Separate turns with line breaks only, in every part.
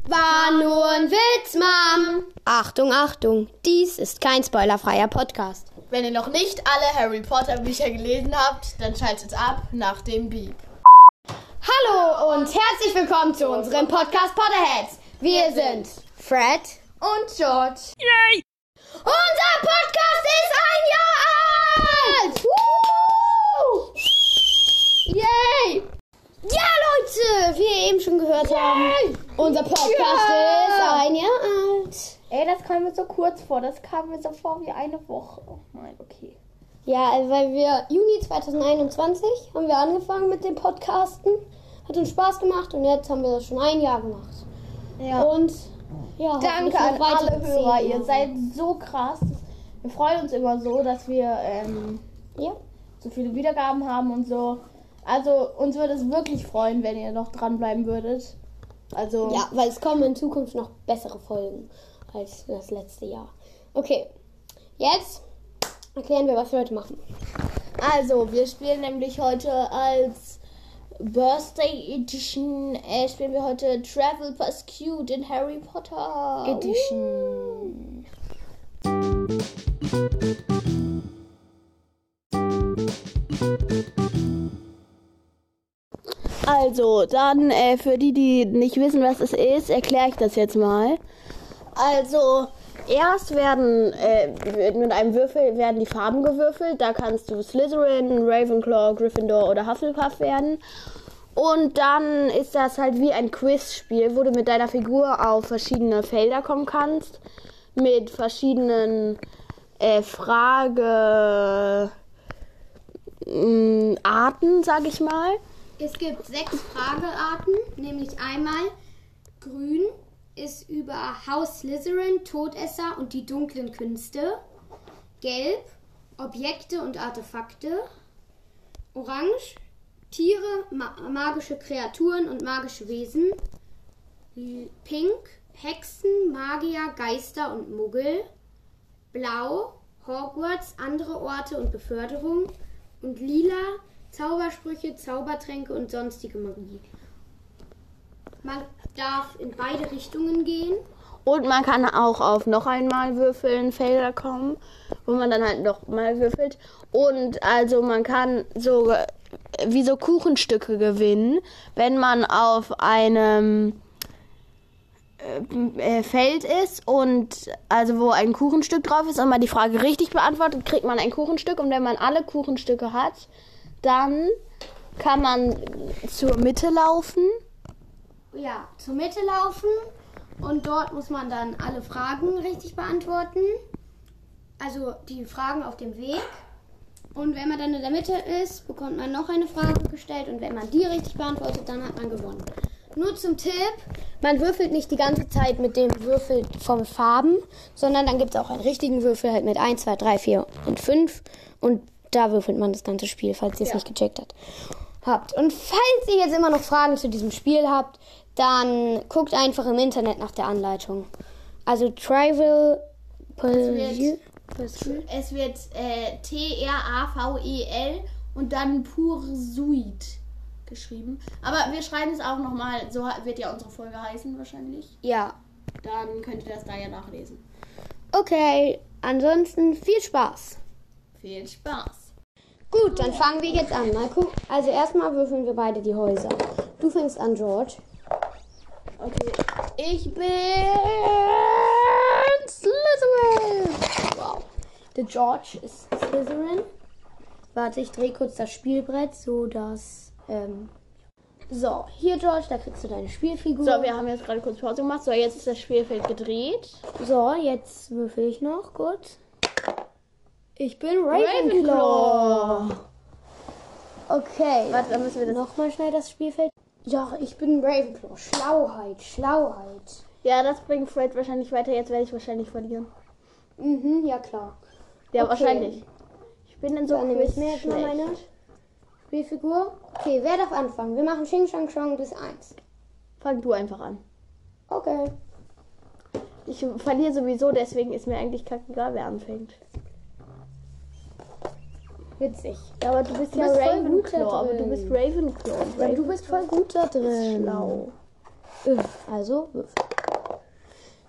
War nur ein Witz, Mom. Achtung, Achtung, dies ist kein spoilerfreier Podcast.
Wenn ihr noch nicht alle Harry Potter Bücher gelesen habt, dann schaltet ab nach dem Beep.
Hallo und herzlich willkommen zu unserem Podcast Potterheads. Wir sind Fred
Und George.
Yay! Unser Podcast ist ein Jahr alt! Woo! Yay! Ja, Leute, wie ihr eben schon gehört haben, unser Podcast ist ein Jahr alt.
Ey, das kam mir so kurz vor. Das kam mir so vor wie eine Woche. Oh mein, okay.
Ja, also weil wir Juni 2021 haben wir angefangen mit dem Podcasten. Hat uns Spaß gemacht und jetzt haben wir das schon ein Jahr gemacht.
Ja.
Und ja,
Danke an alle Hörer. Ihr seid
seid
so krass. Wir freuen uns immer so, dass wir
ja.
so viele Wiedergaben haben und so. Also uns würde es wirklich freuen, wenn ihr noch dranbleiben würdet. Also
Ja, weil es kommen in Zukunft noch bessere Folgen als das letzte Jahr. Okay, jetzt erklären wir, was wir heute machen.
Also, wir spielen nämlich heute als Birthday Edition, spielen wir heute Travel Pursuit in Harry Potter
Edition.
Also, dann für die nicht wissen, was es ist, erkläre ich das jetzt mal. Also, erst werden mit einem Würfel werden die Farben gewürfelt. Da kannst du Slytherin, Ravenclaw, Gryffindor oder Hufflepuff werden. Und dann ist das halt wie ein Quizspiel, wo du mit deiner Figur auf verschiedene Felder kommen kannst. Mit verschiedenen Fragearten, sag ich mal.
Es gibt 6 Fragearten, nämlich einmal grün ist über Haus Slytherin, Todesser und die dunklen Künste. Gelb, Objekte und Artefakte. Orange, Tiere, magische Kreaturen und magische Wesen. Pink, Hexen, Magier, Geister und Muggel. Blau, Hogwarts, andere Orte und Beförderung. Und lila, Zaubersprüche, Zaubertränke und sonstige Magie. Man darf in beide Richtungen gehen.
Und man kann auch auf noch einmal würfeln Felder kommen, wo man dann halt noch mal würfelt. Und also man kann so wie so Kuchenstücke gewinnen, wenn man auf einem Feld ist und also wo ein Kuchenstück drauf ist und man die Frage richtig beantwortet, kriegt man ein Kuchenstück. Und wenn man alle Kuchenstücke hat, dann kann man zur Mitte laufen.
Ja, zur Mitte laufen und dort muss man dann alle Fragen richtig beantworten. Also die Fragen auf dem Weg. Und wenn man dann in der Mitte ist, bekommt man noch eine Frage gestellt und wenn man die richtig beantwortet, dann hat man gewonnen. Nur zum Tipp, man würfelt nicht die ganze Zeit mit dem Würfel von Farben, sondern dann gibt es auch einen richtigen Würfel halt mit 1, 2, 3, 4 und 5 und da würfelt man das ganze Spiel, falls ihr es nicht gecheckt habt. Und falls ihr jetzt immer noch Fragen zu diesem Spiel habt, dann guckt einfach im Internet nach der Anleitung. Also Travel Pursuit.
Es wird Travel und dann Pursuit geschrieben. Aber wir schreiben es auch nochmal, so wird ja unsere Folge heißen wahrscheinlich.
Ja.
Dann könnt ihr das da ja nachlesen.
Okay, ansonsten viel Spaß.
Viel Spaß.
Gut, dann fangen wir jetzt an. Mal gucken. Also erstmal würfeln wir beide die Häuser. Du fängst an, George.
Okay.
Ich bin Slytherin. Wow. Der George ist Slytherin. Warte, ich drehe kurz das Spielbrett, so dass... So, hier George, da kriegst du deine Spielfigur.
So, wir haben jetzt gerade kurz Pause gemacht. So, jetzt ist das Spielfeld gedreht.
So, jetzt würfel ich noch kurz. Ich bin Ravenclaw. Okay.
Warte, dann müssen wir das...
Nochmal schnell das Spielfeld. Ja, ich bin Ravenclaw. Schlauheit, Schlauheit.
Ja, das bringt Fred wahrscheinlich weiter. Jetzt werde ich wahrscheinlich verlieren.
Mhm, ja klar.
Ja,
Okay.
wahrscheinlich. Ich bin in so
Dann nehme ich
Quiz
mir jetzt mal meine
schlecht.
Spielfigur. Okay, wer darf anfangen? Wir machen Xing Shang Shang bis 1.
Fang du einfach an.
Okay.
Ich verliere sowieso, deswegen ist mir eigentlich kackegal, wer anfängt.
Witzig.
Ja, aber du bist ja
bist voll gut da
Ravenclaw. Aber du
drin.
bist Ravenclaw.
Ja, du bist voll gut da drin.
schlau.
Also, würfel.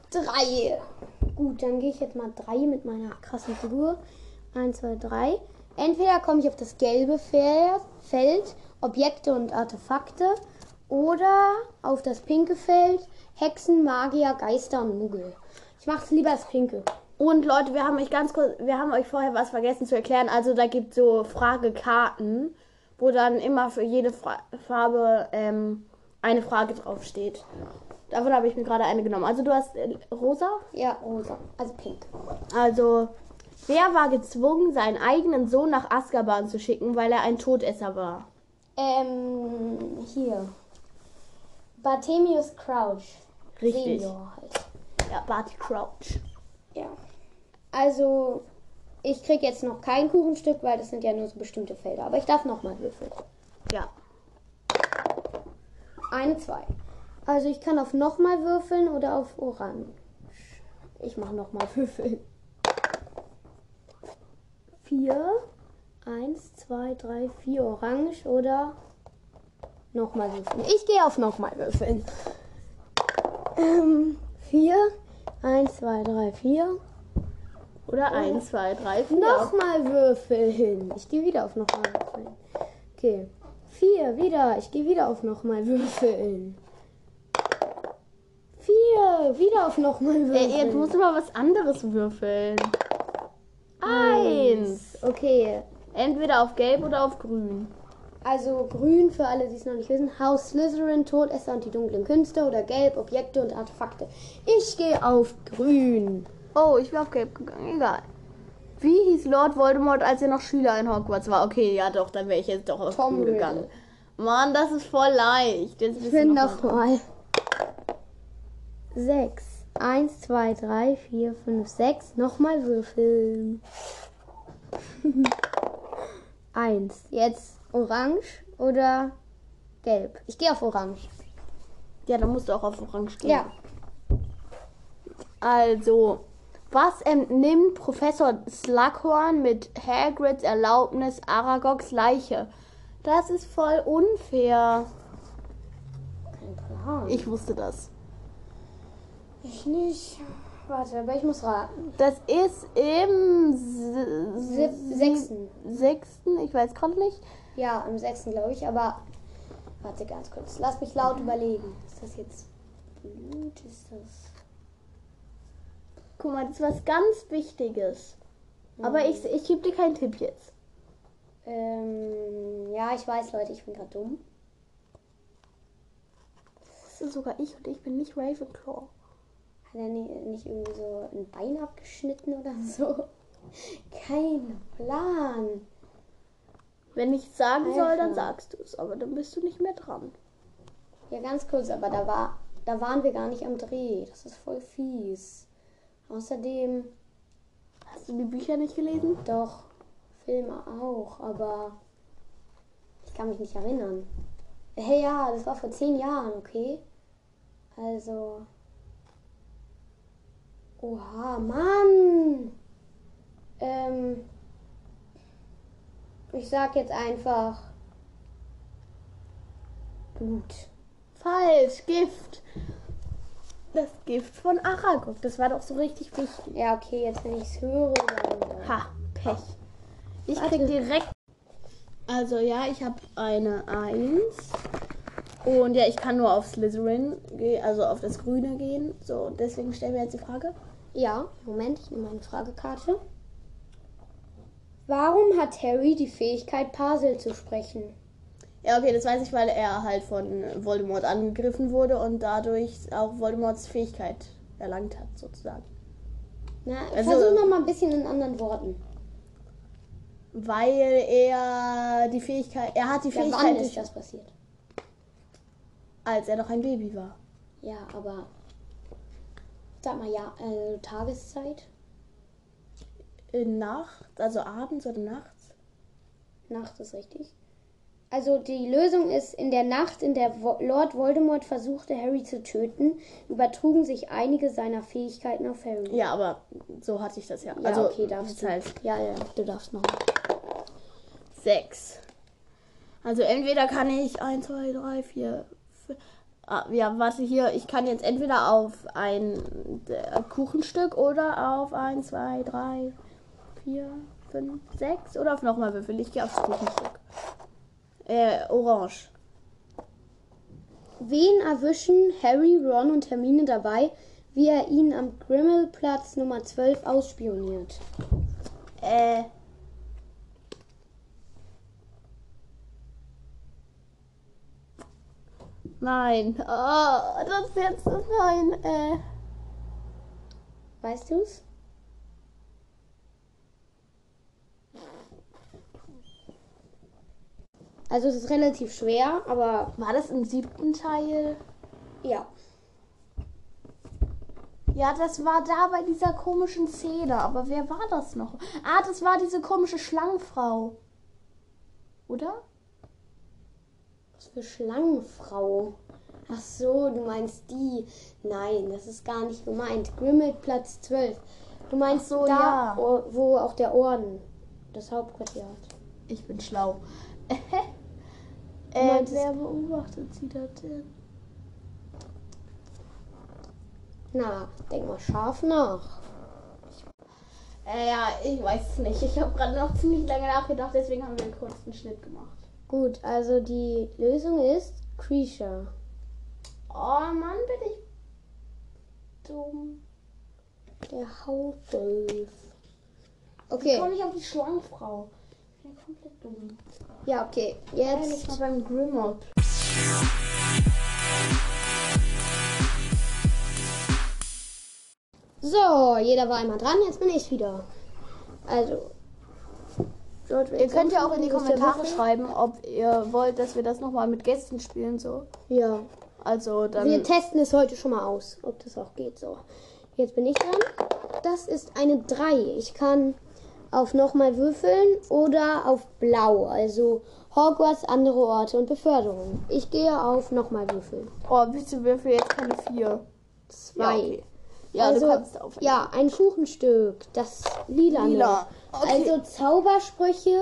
3. Gut, dann gehe ich jetzt mal 3 mit meiner krassen Figur. 1, 2, 3. Entweder komme ich auf das gelbe Feld, Objekte und Artefakte, oder auf das pinke Feld, Hexen, Magier, Geister und Muggel. Ich mache es lieber als pinke.
Und Leute, wir haben euch vorher was vergessen zu erklären. Also da gibt es so Fragekarten, wo dann immer für jede Farbe eine Frage draufsteht. Davon habe ich mir gerade eine genommen. Also du hast rosa?
Ja, rosa. Also pink.
Also, wer war gezwungen, seinen eigenen Sohn nach Azkaban zu schicken, weil er ein Todesser war?
Hier. Barthemius Crouch.
Richtig.
Senior halt.
Ja, Barty Crouch.
Ja. Also, ich kriege jetzt noch kein Kuchenstück, weil das sind ja nur so bestimmte Felder. Aber ich darf nochmal würfeln.
Ja.
1, 2. Also ich kann auf nochmal würfeln oder auf Orange. Ich mache nochmal würfeln. 4. 1, 2, 3, 4 Orange oder nochmal würfeln. Ich gehe auf nochmal würfeln. 4. 1, 2, 3, 4.
Oder 1, 2, 3, 4.
Nochmal würfeln. Ich gehe wieder auf nochmal würfeln. Okay. 4 wieder. Ich gehe wieder auf nochmal würfeln. 4 wieder auf nochmal würfeln.
Jetzt musst du mal was anderes würfeln. 1.
Okay.
Entweder auf gelb oder auf grün.
Also grün für alle, die es noch nicht wissen. Haus Slytherin, Todesser und die dunklen Künste, oder gelb, Objekte und Artefakte. Ich gehe auf grün.
Oh, ich bin auf gelb gegangen. Egal. Wie hieß Lord Voldemort, als er noch Schüler in Hogwarts war? Okay, ja doch, dann wäre ich jetzt doch auf grün gegangen. Mann, das ist voll leicht. Jetzt
ich bin nochmal. 6. 1, 2, 3, 4, 5, 6. Nochmal würfeln. 1. Jetzt orange oder gelb? Ich gehe auf orange.
Ja, dann musst du auch auf orange gehen.
Ja.
Also, was entnimmt Professor Slughorn mit Hagrids Erlaubnis Aragogs Leiche? Das ist voll unfair.
Kein Plan.
Ich wusste das.
Ich nicht. Warte, aber ich muss raten.
Das ist im
6.
6. Ich weiß gerade nicht.
Ja, am 6. glaube ich, aber warte ganz kurz. Lass mich laut überlegen. Ist das jetzt Blut? Ist das...
Guck mal, das ist was ganz Wichtiges. Aber ich gebe dir keinen Tipp jetzt.
Ja, ich weiß, Leute, ich bin gerade dumm.
Das ist sogar ich und ich bin nicht Ravenclaw.
Hat er nicht irgendwie so ein Bein abgeschnitten oder so? Kein Plan.
Wenn ich sagen soll, dann
Alter.
sagst du es. Aber dann bist du nicht mehr dran.
Ja, ganz kurz, aber da waren wir gar nicht am Dreh. Das ist voll fies. Außerdem,
Hast du die Bücher nicht gelesen?
doch, Filme auch, aber ich kann mich nicht erinnern. Hey, ja, das war vor 10 Jahren, okay? Also, oha, Mann! Ich sag jetzt einfach Blut.
Falsch, Gift. Das Gift von Aragog. Das war doch so richtig wichtig.
Ja, okay, jetzt wenn ich es höre, dann...
Ha, Pech. Ich krieg direkt... Also ja, ich habe eine 1. Und ja, ich kann nur auf Slytherin gehen, also auf das Grüne gehen. So, deswegen stellen wir jetzt die Frage.
Ja, Moment, ich nehme meine Fragekarte. Warum hat Harry die Fähigkeit, Parsel zu sprechen?
Ja, okay, das weiß ich, weil er halt von Voldemort angegriffen wurde und dadurch auch Voldemorts Fähigkeit erlangt hat, sozusagen.
Na,
Also-
versuch noch mal ein bisschen in anderen Worten.
Weil er hat die
Ja, wann
Fähigkeit,
ist das passiert?
als er noch ein Baby war.
Ja, aber sag mal, ja, Tageszeit?
Nacht, also abends oder nachts.
Nacht ist richtig. Also die Lösung ist, in der Nacht, in der Lord Voldemort versuchte, Harry zu töten, übertrugen sich einige seiner Fähigkeiten auf Harry.
Ja, aber so hatte ich das ja.
Ja,
Also,
okay,
das
darfst
ist
du.
halt
Ja, du darfst noch.
6. Also entweder kann ich 1, 2, 3, 4, Ja, warte hier. Ich kann jetzt entweder auf ein Kuchenstück oder auf 1, 2, 3, 4, 5, 6 oder auf nochmal würfeln. Ich gehe aufs Kuchenstück. Orange.
Wen erwischen Harry, Ron und Hermine dabei, wie er ihn am Grimmelplatz Nummer 12 ausspioniert?
Nein. Oh, das ist jetzt nein.
Weißt du's? Also es ist relativ schwer, aber
War das im 7. Teil?
ja.
Ja, das war da bei dieser komischen Szene. Aber wer war das noch? Ah, das war diese komische Schlangenfrau. Oder?
Was für Schlangenfrau? Ach so, du meinst die. Nein, das ist gar nicht gemeint. Grimmelplatz 12. Du meinst
Ach so,
da,
ja.
wo auch der Orden das Hauptquartier hat.
Ich bin schlau.
meinst
Wer beobachtet sie da denn?
Na, denk mal scharf nach.
Ja, ich weiß es nicht. Ich habe gerade noch ziemlich lange nachgedacht, deswegen haben wir einen kurzen Schnitt gemacht.
Gut, also die Lösung ist Kreacher.
Oh Mann, bin ich dumm.
Der Hauptwolf.
Ich
Okay,
komme nicht auf die Schlangenfrau. Ich bin komplett dumm.
ja, okay.
Jetzt
Jetzt
mal beim Grimmauld.
so, jeder war einmal dran, jetzt bin ich wieder. Also,
Ihr könnt ja auch in die
Wo ist der
Kommentare
Würfel?
schreiben, ob ihr wollt, dass wir das nochmal mit Gästen spielen. So.
Ja.
Also dann.
Wir testen es heute schon mal aus, ob das auch geht. So, jetzt bin ich dran. Das ist eine 3. Ich kann auf nochmal würfeln oder auf blau. Also Hogwarts, andere Orte und Beförderung. Ich gehe auf nochmal würfeln.
Oh, bitte würfel jetzt keine 4.
2.
Ja, okay. Ja,
also,
du kannst auf.
ja, ein Kuchenstück. Das Lila.
Lila. Okay.
Also Zaubersprüche,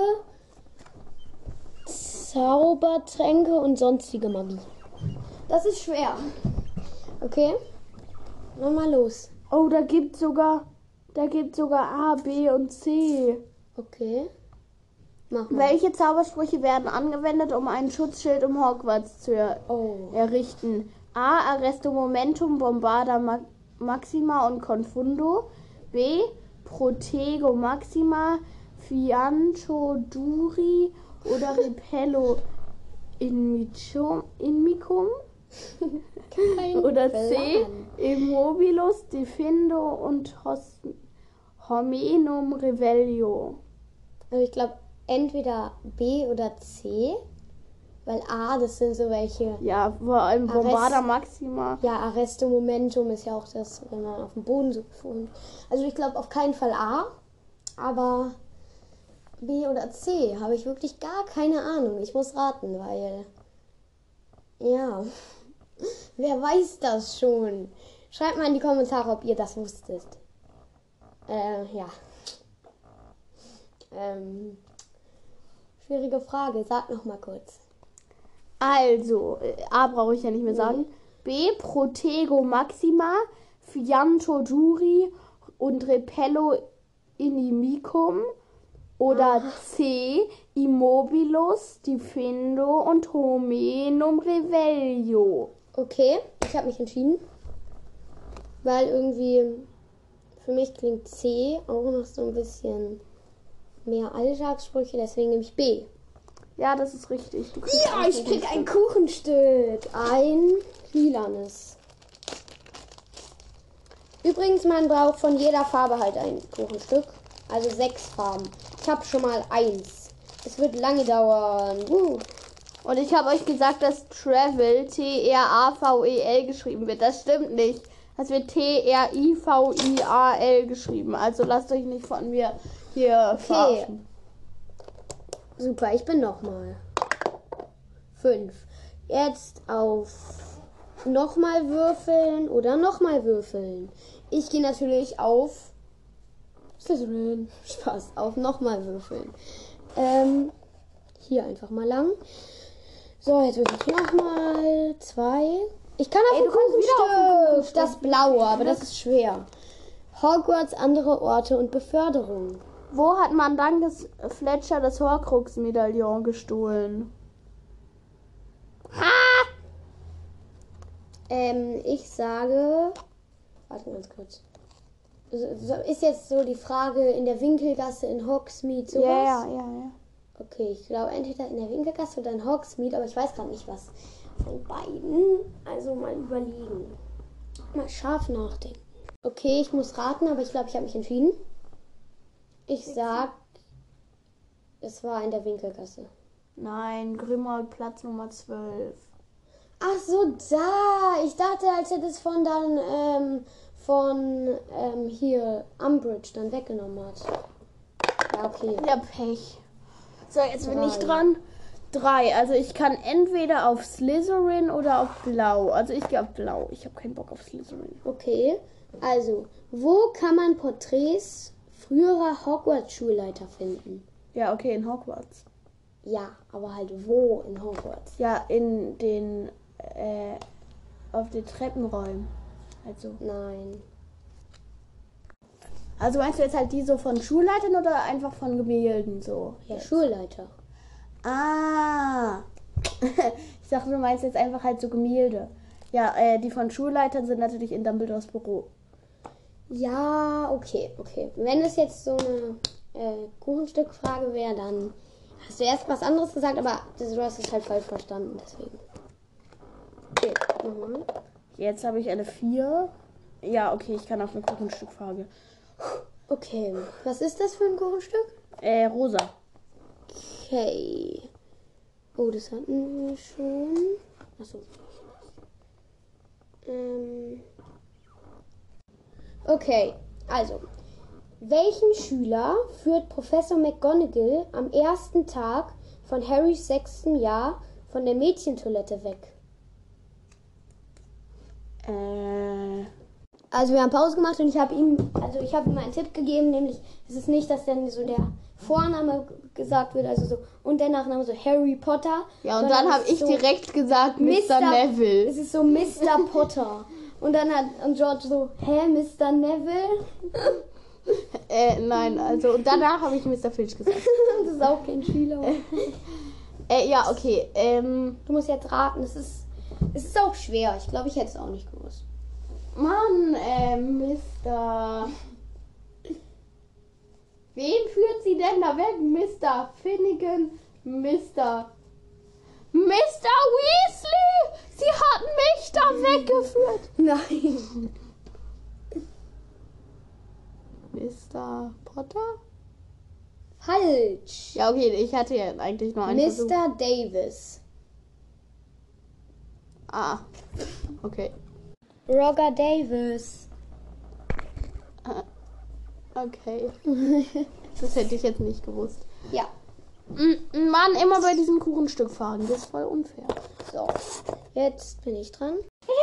Zaubertränke und sonstige Magie. Das ist schwer. Okay. Nochmal los.
Oh, da gibt sogar A, B und C.
Okay. Mach mal.
Welche Zaubersprüche werden angewendet, um ein Schutzschild um Hogwarts zu errichten? A. Arresto Momentum, Bombarda Maxima und Confundo. B. Protego Maxima, Fianto Duri oder Repello Inmicum. Oder C. Immobilus Defindo und Homenum Revelio.
Also ich glaube entweder B oder C. Weil A, das sind so welche.
Ja, vor allem Bombarda Maxima.
Ja, Arresto Momentum ist ja auch das, wenn man auf dem Boden so gefunden. Also ich glaube auf keinen Fall A. Aber B oder C habe ich wirklich gar keine Ahnung. Ich muss raten, weil. Ja. Wer weiß das schon? Schreibt mal in die Kommentare, ob ihr das wusstet. Ja. Schwierige Frage. Sag noch mal kurz.
Also, A brauche ich ja nicht mehr sagen. B. Protego Maxima, Fianto Duri und Repello Inimicum. Oder C. Immobilus Defindo und Homenum Revelio.
Okay, ich habe mich entschieden. Weil irgendwie für mich klingt C auch noch so ein bisschen mehr Alltagssprüche, deswegen nehme ich B.
Ja, das ist richtig. Du kriegst
Ja, ich krieg ein Kuchenstück. Ein lilanes. Übrigens, man braucht von jeder Farbe halt ein Kuchenstück. Also 6 Farben. Ich habe schon mal 1. Es wird lange dauern.
Und ich habe euch gesagt, dass Travel T-R-A-V-E-L geschrieben wird. Das stimmt nicht. Das wird T-R-I-V-I-A-L geschrieben. Also lasst euch nicht von mir hier verarschen.
Super, ich bin nochmal. 5. Jetzt auf nochmal würfeln oder nochmal würfeln. Ich gehe natürlich auf Slytherin. Spaß, auf nochmal würfeln. Hier einfach mal lang. So, jetzt würfel ich nochmal. 2. Ich kann auf
Ey,
ein
du kannst wieder auf ein
Kuchenstück.
Kuchenstück.
Das blaue, aber das ist schwer. Hogwarts, andere Orte und Beförderung.
Wo hat Mandanges Fletcher das Horcrux-Medaillon gestohlen?
Ich sage... Warte ganz kurz. Ist jetzt so die Frage in der Winkelgasse in Hogsmeade sowas?
Ja.
Okay, ich glaube entweder in der Winkelgasse oder in Hogsmeade, aber ich weiß gerade nicht was von beiden. Also mal überlegen. Mal scharf nachdenken. Okay, ich muss raten, aber ich glaube, ich habe mich entschieden. Ich sag, es war in der Winkelgasse.
Nein, Grimmauld Platz Nummer 12.
Ach so, da. Ich dachte, als er das von hier Umbridge dann weggenommen hat. Ja, okay.
Ja, Pech. So, jetzt bin ich dran. 3. Also ich kann entweder auf Slytherin oder auf Blau. Also ich gehe auf Blau. Ich habe keinen Bock auf Slytherin.
Okay, also, wo kann man Porträts früherer Hogwarts-Schulleiter finden?
Ja, okay, in Hogwarts.
Ja, aber halt wo in Hogwarts?
Ja, in den, auf den Treppenräumen.
Nein.
Also meinst du jetzt halt die so von Schulleitern oder einfach von Gemälden so?
Ja, Schulleiter.
Ah. Ich dachte, du meinst jetzt einfach halt so Gemälde. Ja, die von Schulleitern sind natürlich in Dumbledores Büro.
Ja, okay. Wenn es jetzt so eine Kuchenstückfrage wäre, dann hast du erst was anderes gesagt, aber du hast es halt falsch verstanden, deswegen. Okay, nochmal.
Jetzt habe ich eine 4. Ja, okay, ich kann auf eine Kuchenstückfrage.
Okay, was ist das für ein Kuchenstück?
Rosa.
Okay. Oh, das hatten wir schon. Achso. Okay, also. Welchen Schüler führt Professor McGonagall am ersten Tag von Harrys 6. Jahr von der Mädchentoilette weg? Also wir haben Pause gemacht und ich habe ihm einen Tipp gegeben, nämlich es ist nicht, dass dann so der Vorname gesagt wird, also so und der Nachname so Harry Potter.
Ja, und dann habe ich
so
direkt gesagt Mr. Neville.
Es ist so Mr. Potter. Und dann hat George so, Mr. Neville?
Nein, also und danach habe ich Mr. Filch gesagt.
Das ist auch kein Schüler.
Ja, okay.
Du musst jetzt raten, es ist auch schwer. Ich glaube, ich hätte es auch nicht gewusst.
Mann, Mr. Wen führt sie denn da weg? Mr. Finnegan, Mr. Weasley! Sie hat mich da weggeführt!
Nein.
Mr. Potter?
Falsch.
Ja, okay, ich hatte ja eigentlich nur einen Versuch.
Mr. Davis.
Ah, okay.
Roger Davis.
Okay. Das hätte ich jetzt nicht gewusst.
Ja.
Mann, immer bei diesem Kuchenstück fahren. Das ist voll unfair.
So, jetzt bin ich dran.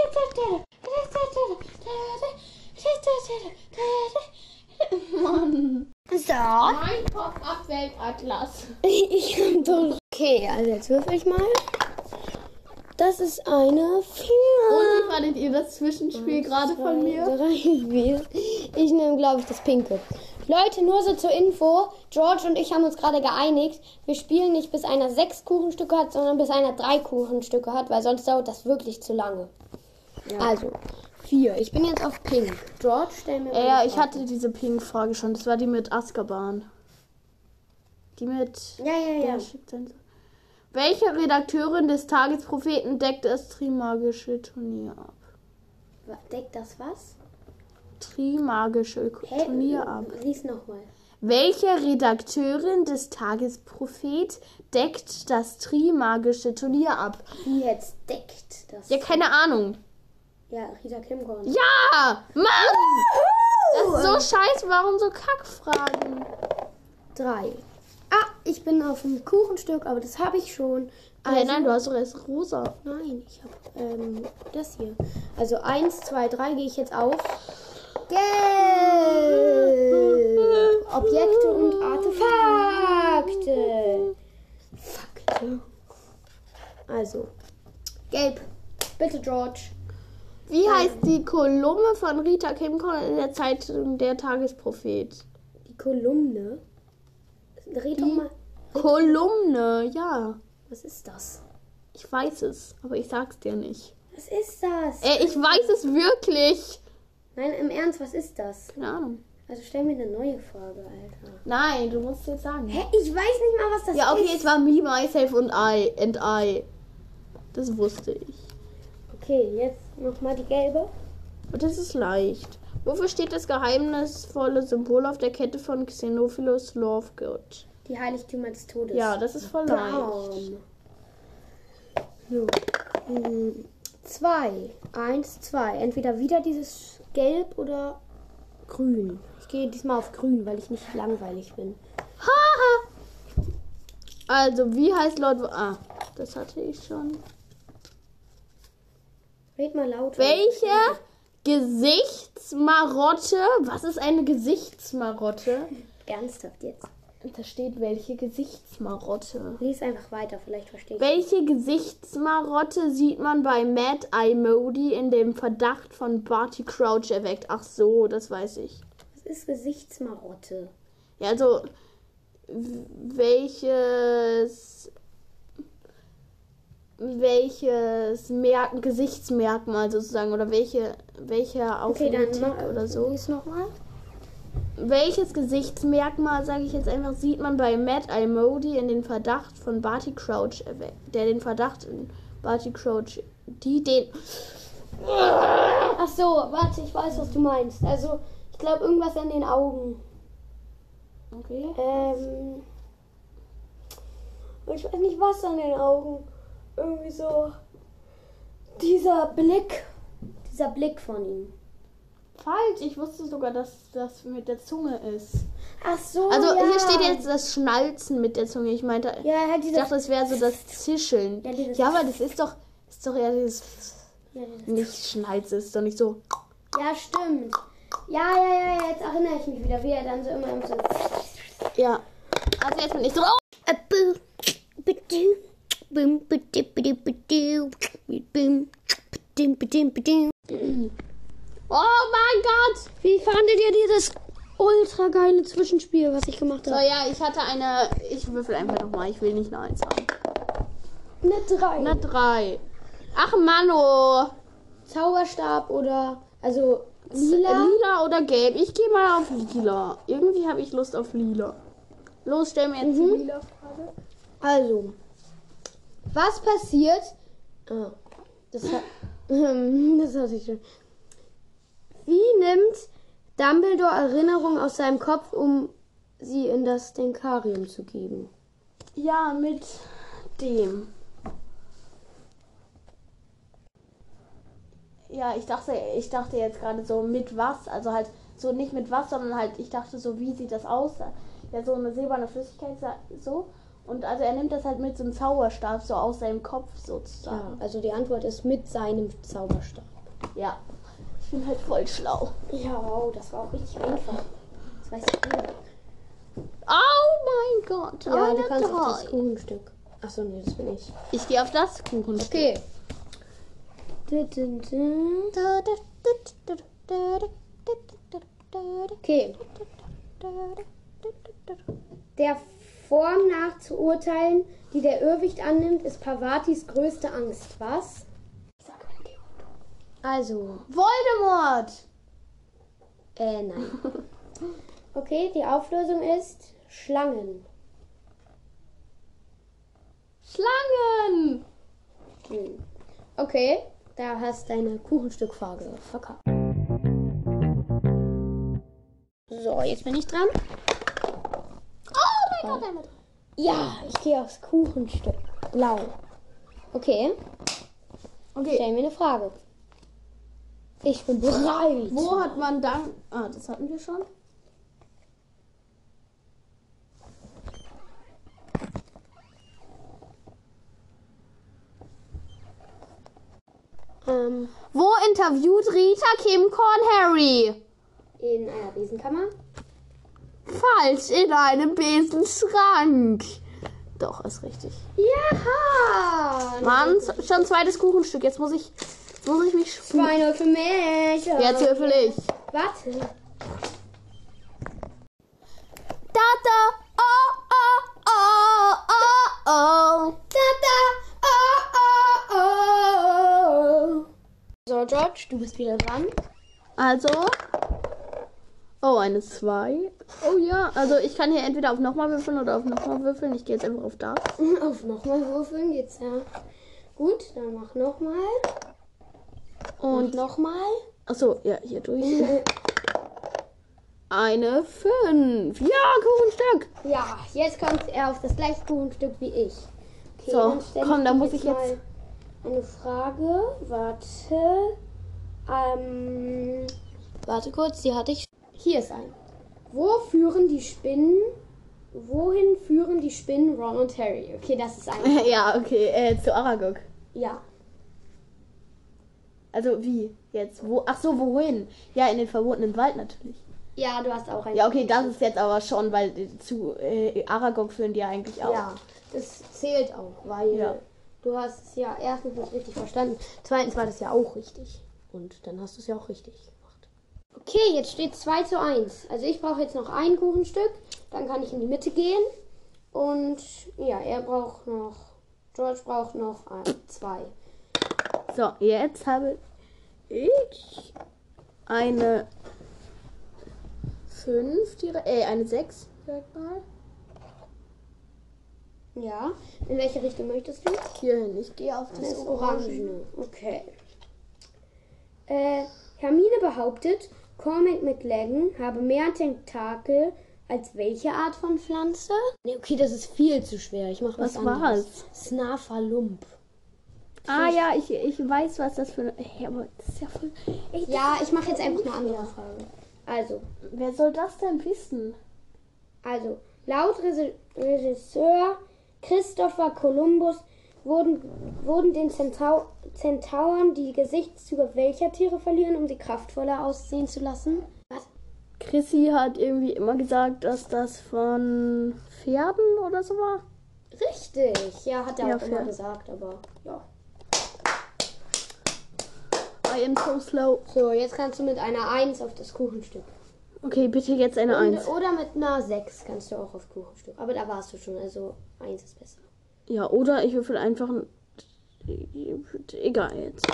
Mann.
So.
Mein Pop-Up-Weltatlas.
Ich hab doch. Okay, also jetzt würfel ich mal. Das ist eine 4.
Und wie fandet ihr das Zwischenspiel gerade von mir?
3, 4. Ich nehme, glaube ich, das Pinke. Leute, nur so zur Info. George und ich haben uns gerade geeinigt. Wir spielen nicht bis einer 6 Kuchenstücke hat, sondern bis einer 3 Kuchenstücke hat, weil sonst dauert das wirklich zu lange. Ja. Also, 4. Ich bin jetzt auf Pink. George, stell mir
Ja, ich hatte diese Pink-Frage schon. Das war die mit Azkaban. Die mit...
Ja.
Welche Redakteurin des Tagespropheten deckt das Trimagische Turnier ab?
Deckt das was?
Trimagische Turnier ab.
Lies nochmal.
Welche Redakteurin des Tagesprophet deckt das Trimagische Turnier ab?
Wie jetzt deckt das?
Ja, keine Ahnung.
Ja, Rita Kimkorn.
Ja! Mann! Das ist so scheiße. Warum so Kackfragen?
3. Ah, ich bin auf dem Kuchenstück, aber das habe ich schon. Also,
Nein, du hast doch erst rosa.
Nein, ich habe das hier. Also 1, 2, 3 gehe ich jetzt auf. Gelb! Objekte und Artefakte. Fakte. Also, gelb. Bitte, George.
Wie heißt die Kolumne von Rita Kimkorn in der Zeitung Der Tagesprophet?
Die Kolumne? Red doch mal.
Kolumne, ja.
Was ist das?
Ich weiß es, aber ich sag's dir nicht.
Was ist das?
Ich weiß es wirklich.
Nein, im Ernst, was ist das?
Keine Ahnung.
Also stell mir eine neue Frage, Alter.
Nein, du musst es jetzt sagen.
Hä? Ich weiß nicht mal, was das ist.
Ja, okay, es war Me, Myself und I. Das wusste ich.
Okay, jetzt nochmal die gelbe.
Und das ist leicht. Wofür steht das geheimnisvolle Symbol auf der Kette von Xenophilus Lovegood?
Die Heiligtümer des Todes.
Ja, das ist voll leicht.
Bam. So. 2. 1, 2. Entweder wieder dieses Gelb oder Grün. Ich gehe diesmal auf Grün, weil ich nicht langweilig bin.
Haha! Also, wie heißt Lord... das hatte ich schon.
Red mal lauter.
Welche Gesichtsmarotte... Was ist eine Gesichtsmarotte?
Ernsthaft jetzt.
Da steht, welche Gesichtsmarotte.
Lies einfach weiter, vielleicht verstehe ich.
Welche Gesichtsmarotte sieht man bei Mad Eye Modi in dem Verdacht von Barty Crouch erweckt? Ach so, das weiß ich.
Was ist Gesichtsmarotte?
Ja, also welches Gesichtsmerkmal sozusagen oder welche Auphonitik oder so.
Lies nochmal.
Welches Gesichtsmerkmal, sage ich jetzt einfach, sieht man bei Mad Eye Modi in den Verdacht von Barty Crouch erweckt? Der den Verdacht in Barty Crouch,
Ach so, warte, ich weiß, was du meinst. Also, ich glaube, irgendwas an den Augen.
Okay.
Ich weiß nicht, was an den Augen. Irgendwie so. Dieser Blick von ihm.
Falsch, ich wusste sogar, dass das mit der Zunge ist.
Ach so,
Also
ja.
hier steht jetzt das Schnalzen mit der Zunge. Ich meinte,
Ja,
ich dachte, es wäre so das Zischeln.
Ja,
aber das ist doch eher dieses
Ja, dieses-
nicht Schnalzen, ist doch nicht so.
Ja, stimmt. Ja, jetzt erinnere ich mich wieder, wie er dann so immer so...
Ja. Also jetzt bin ich so. Oh mein Gott!
Wie fandet ihr dieses ultra geile Zwischenspiel, was ich gemacht
So,
habe?
ja, ich würfel einfach nochmal. Ich will nicht eine 1 haben.
Eine 3.
Eine 3. Ach, Mano.
Zauberstab oder... Also, lila.
Lila oder gelb? Ich gehe mal auf lila. Irgendwie habe ich Lust auf lila. Los, stell mir jetzt die lila Frage.
Also, was passiert... das hatte ich schon. Wie nimmt Dumbledore Erinnerungen aus seinem Kopf, um sie in das Denkarium zu geben?
Ja, mit dem. Ja, ich dachte jetzt gerade so mit was, also halt so nicht mit was, sondern halt, ich dachte so, wie sieht das aus? Ja, so eine silberne Flüssigkeit so. Und also er nimmt das halt mit so einem Zauberstab so aus seinem Kopf sozusagen.
Ja, also die Antwort ist mit seinem Zauberstab.
Ja. Ich bin halt voll schlau.
Ja, wow, das war auch richtig einfach. Das weiß jeder.
Oh mein Gott.
Ja,
eine
du kannst auf das
3.
Kuchenstück. Achso, nee, das bin ich.
Ich gehe auf das Kuchenstück.
Okay. Okay. Der Form nach zu urteilen, die der Irrwicht annimmt, ist Parvatis größte Angst. Was? Also,
Voldemort.
nein. Okay, die Auflösung ist Schlangen.
Schlangen.
Okay, da hast deine Kuchenstückfrage verkackt. So, jetzt bin ich dran.
Oh mein Gott, einmal.
Ja, ich gehe aufs Kuchenstück. Blau. Okay,
Okay.
stell mir eine Frage. Ich bin bereit.
Wo hat man dann... das hatten wir schon. Wo interviewt Rita Kimkorn Harry?
In einer Besenkammer.
Falsch, in einem Besenschrank. Doch, ist richtig.
Ja!
Mann, schon zweites Kuchenstück. Jetzt muss ich Muss ich mich sputen?
2-0 für mich.
Jetzt würfel ich.
Warte.
Tata, oh, oh, oh, oh, oh.
Tata, oh, oh, oh. So, George, du bist wieder dran.
Also. Oh, eine 2. Oh ja, also ich kann hier entweder auf nochmal würfeln oder auf nochmal würfeln. Ich gehe jetzt einfach auf das.
Auf nochmal würfeln geht's ja. Gut, dann mach nochmal. Und nochmal.
Achso, ja, hier durch. Eine 5. Ja, Kuchenstück.
Ja, jetzt kommt er auf das gleiche Kuchenstück wie ich. Okay,
So,
dann stell
komm,
ich
da
dir
muss ich jetzt-
mal eine Frage. Warte. Warte kurz, die hatte ich. Hier ist ein. Wohin führen die Spinnen Ron und Harry? Okay, das ist ein.
Ja, okay, zu Aragog.
Ja.
Also wie jetzt? Wo? Ach so, wohin? Ja, in den verbotenen Wald natürlich.
Ja, du hast auch ein.
Ja, okay, das ist jetzt aber schon, weil zu Aragog führen die ja eigentlich auch.
Ja, das zählt auch, weil
Ja.
du hast es ja erstens nicht richtig verstanden. Zweitens war das ja auch richtig. Und dann hast du es ja auch richtig gemacht. Okay, jetzt steht 2:1. Also ich brauche jetzt noch ein Kuchenstück. Dann kann ich in die Mitte gehen. Und ja, George braucht noch 2.
So, jetzt habe ich eine 5, eine 6, direkt mal.
Ja, in welche Richtung möchtest du?
Hierhin, ich gehe auf
Das
das
Orangene. Okay. Hermine behauptet, Cormac McLaggen habe mehr Tentakel als welche Art von Pflanze? Nee, okay, das ist viel zu schwer. Ich mache was
Was
anderes.
war's?
Snarfalump.
Ah ja, ich weiß, was das für eine... Hey, aber das ist ja voll... Ey,
Ja, ich mache jetzt einfach eine andere Frage.
wer soll das denn wissen?
Also, laut Regisseur Christopher Columbus wurden den Zentauren die Gesichtszüge welcher Tiere verlieren, um sie kraftvoller aussehen zu lassen? Was?
Chrissy hat irgendwie immer gesagt, dass das von Pferden oder so war.
Richtig. Ja, hat er
Ja,
auch immer
fair.
gesagt, aber ja.
I am so slow.
So, jetzt kannst du mit einer 1 auf das Kuchenstück.
Okay, bitte jetzt eine 1.
Oder mit einer 6 kannst du auch auf Kuchenstück. Aber da warst du schon, also 1 ist besser.
Ja, oder ich würfel einfach ein... Egal jetzt.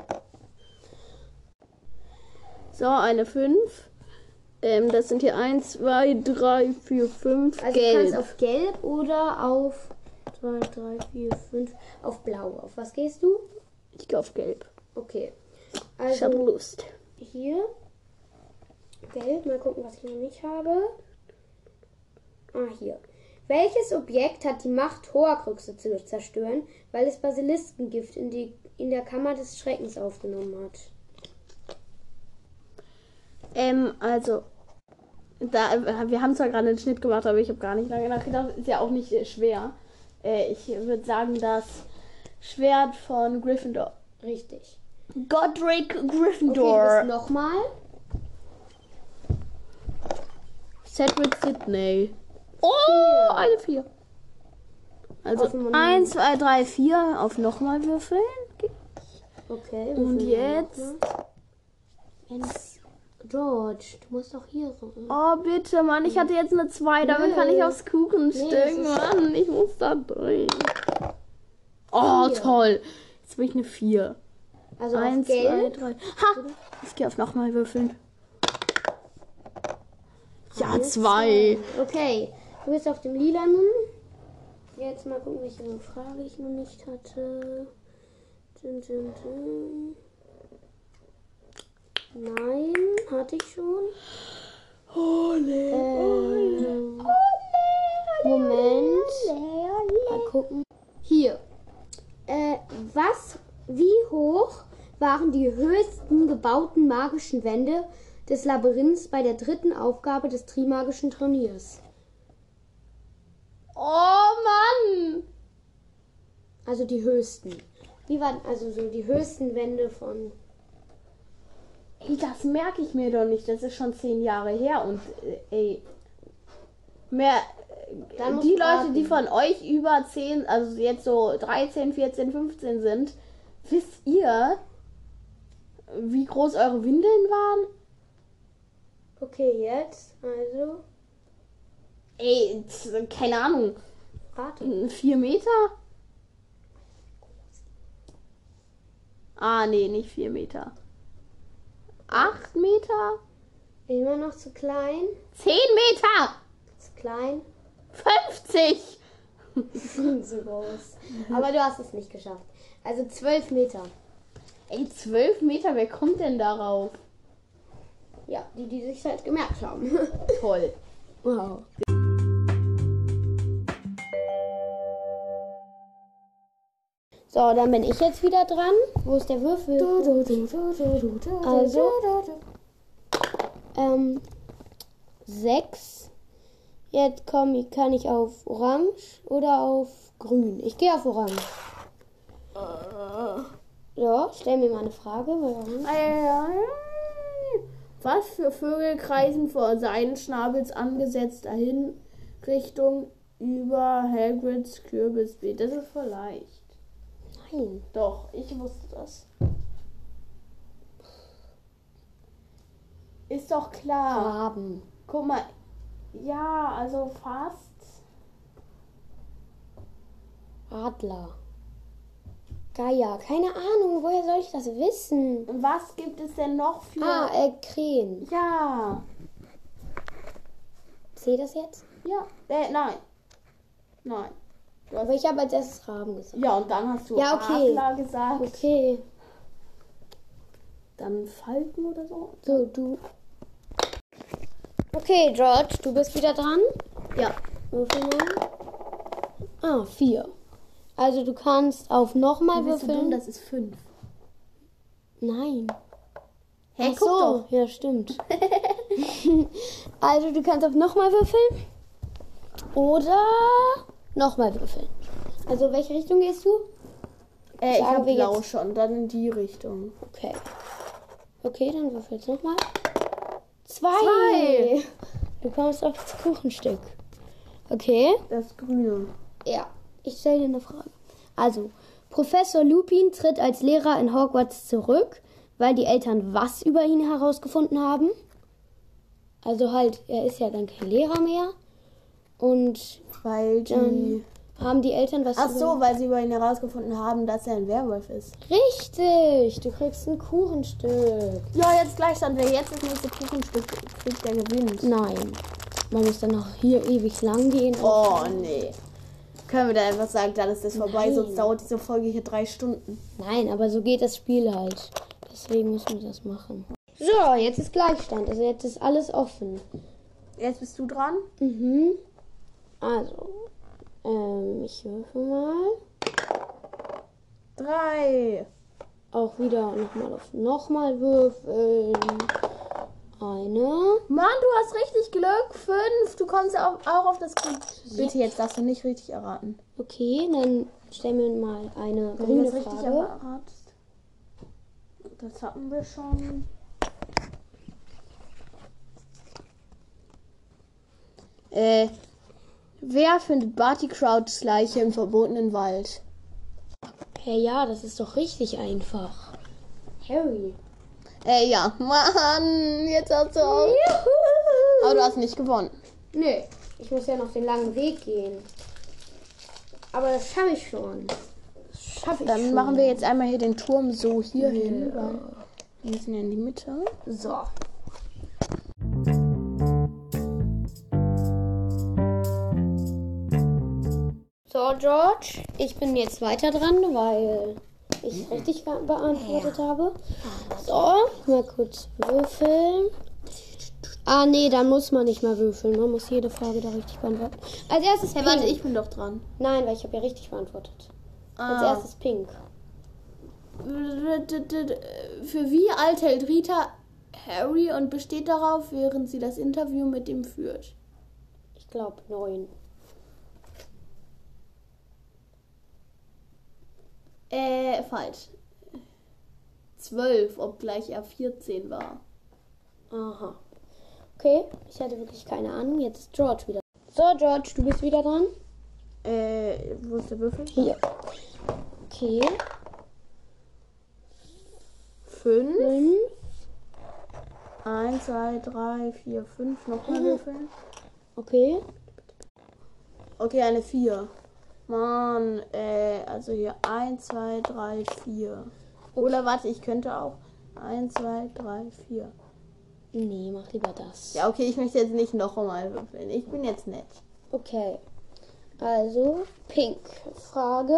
So, eine 5. Das sind hier 1, 2, 3, 4, 5.
Also du kannst
Gelb.
auf Gelb oder auf 2, 3, 4, 5 auf Blau. Auf was gehst du?
Ich gehe auf Gelb.
Okay.
Ich habe
Also
Lust.
hier Gelb. Mal gucken, was ich noch nicht habe. Ah, hier. Welches Objekt hat die Macht, Horcruxe zu zerstören, weil es Basiliskengift in der Kammer des Schreckens aufgenommen hat?
Also, wir haben zwar gerade einen Schnitt gemacht, aber ich habe gar nicht lange nachgedacht. Ist ja auch nicht schwer. Ich würde sagen, das Schwert von Gryffindor.
Richtig.
Godric
Okay,
Gryffindor.
bis nochmal.
Cedric Sidney. Oh,
Vier.
eine 4. Also
Auf dem
1, 2, 3, 4 auf nochmal würfeln.
Okay.
Und
würfeln wir
jetzt?
nochmal. George, du musst doch hier so.
Oh, bitte, Mann. Ich hatte jetzt eine 2. Damit
Nö.
kann ich aufs Kuchenstück.
Nee, das ist-
Mann, ich muss da durch. Oh,
4.
toll. Jetzt will ich eine 4.
Also
1,
auf
2,
Gelb.
3. Ha! Ich gehe auf nochmal würfeln. Ja,
Eine
2.
Okay, du bist auf dem Lilanen. Jetzt mal gucken, welche Frage ich noch nicht hatte. Nein, hatte ich schon. Moment. Mal gucken. Hier. Wie hoch waren die höchsten gebauten magischen Wände des Labyrinths bei der dritten Aufgabe des Trimagischen Turniers?
Oh, Mann.
Also die höchsten. Wie waren also so die höchsten Wände von...
Ey, das merke ich mir doch nicht. Das ist schon 10 Jahre her. Und, mehr...
Dann musst
Die
du
Leute,
raten.
die von euch über 10, also jetzt so 13, 14, 15 sind, wisst ihr, wie groß eure Windeln waren?
Okay, jetzt, also,
Ey, keine Ahnung.
warte.
4 Meter? Ah, nee, nicht 4 Meter. 8 Meter?
Immer noch zu klein,
10 Meter?
zu klein,
50?
zu groß. Aber du hast es nicht geschafft. Also 12 Meter.
Ey, 12 Meter, wer kommt denn darauf?
Ja, die sich halt gemerkt haben.
Toll.
Wow. So, dann bin ich jetzt wieder dran. Wo ist der Würfel? Also, 6. Jetzt kann ich auf Orange oder auf Grün. Ich gehe auf Orange. So, stell mir mal eine Frage.
Was für Vögel kreisen vor seinen Schnabels angesetzter Hinrichtung über Hagrids Kürbisbeet? Das ist voll leicht.
Nein.
Doch, ich wusste das. Ist doch klar.
Raben.
Guck mal. Ja, also fast.
Adler. Geier. Keine Ahnung, woher soll ich das wissen?
Was gibt es denn noch für...
Krähen.
Ja.
Seht das jetzt?
Ja. Nein. Nein.
Aber ich habe als erstes Raben gesagt.
Ja, und dann hast du
Ja, okay.
Adler gesagt.
Okay.
Dann Falken oder so.
So, du. Okay, George, du bist wieder dran.
Ja.
Würfel mal. 4. Also du kannst auf nochmal
Bist du dumm?
würfeln.
Das ist 5.
Nein.
Hey,
Ach
guck
so,
doch.
ja, stimmt. Also du kannst auf nochmal würfeln. Oder nochmal würfeln. Also welche Richtung gehst du?
Ich
Sagen
habe
wir
blau
jetzt-
schon. Dann in die Richtung.
Okay. Okay, dann würfel jetzt nochmal. 2.
2.
Du kommst auf das Kuchenstück. Okay.
Das Grüne.
Ja, ich stelle dir eine Frage. Also, Professor Lupin tritt als Lehrer in Hogwarts zurück, weil die Eltern was über ihn herausgefunden haben. Also halt, er ist ja dann kein Lehrer mehr. Und
Weil die...
haben die Eltern was
Ach
über
so, weil sie über ihn herausgefunden haben, dass er ein Werwolf ist.
Richtig, du kriegst ein Kuchenstück.
Ja, jetzt Gleichstand. Wer jetzt das nächste Kuchenstück kriegt, der gewinnt.
Nein, man muss dann noch hier ewig lang gehen.
Oh, nee. Können wir da einfach sagen, dann ist das vorbei,
Nein.
sonst dauert diese Folge hier 3 Stunden.
Nein, aber so geht das Spiel halt. Deswegen müssen wir das machen. So, jetzt ist Gleichstand. Also jetzt ist alles offen.
Jetzt bist du dran.
Also, ich würfel mal.
3.
Auch wieder nochmal auf nochmal würfeln. Eine.
Mann, du hast richtig Glück. 5. Du kommst auch auf das Glück. Bitte, jetzt darfst du nicht richtig erraten.
Okay, dann stell mir mal eine
Wenn du
grüne
jetzt richtig
Frage.
erratest. Das hatten wir schon. Wer findet Barty Crouchs Leiche im verbotenen Wald?
Hey, ja, das ist doch richtig einfach. Harry.
Ja. Mann, jetzt hast du auch. Aber du hast nicht gewonnen.
Nö, ich muss ja noch den langen Weg gehen. Aber das schaffe ich schon.
Dann machen wir jetzt einmal hier den Turm so hier hin. Wir müssen ja in die Mitte.
So. So, George, ich bin jetzt weiter dran, weil ich richtig beantwortet habe. So, mal kurz würfeln. Ah, nee, dann muss man nicht mal würfeln. Man muss jede Frage da richtig beantworten. Als erstes
Hey,
Pink.
warte, ich bin doch dran.
Nein, weil ich habe ja richtig beantwortet. Als
Ah.
erstes Pink.
Für wie alt hält Rita Harry und besteht darauf, während sie das Interview mit ihm führt?
Ich glaube 9.
Falsch. 12, obgleich er 14 war.
Aha. Okay, ich hatte wirklich keine Ahnung. Jetzt ist George wieder. So, George, du bist wieder dran.
Wo ist der Würfel?
Hier. Okay.
5.
5.
1, 2, 3, 4, 5. Nochmal würfeln.
Okay.
Okay, eine 4. Mann, also hier 1, 2, 3, 4. Oder warte, ich könnte auch 1, 2, 3, 4.
Nee, mach lieber das.
Ja, okay, ich möchte jetzt nicht noch einmal würfeln. Ich bin jetzt nett.
Okay. Also, Pink. Frage.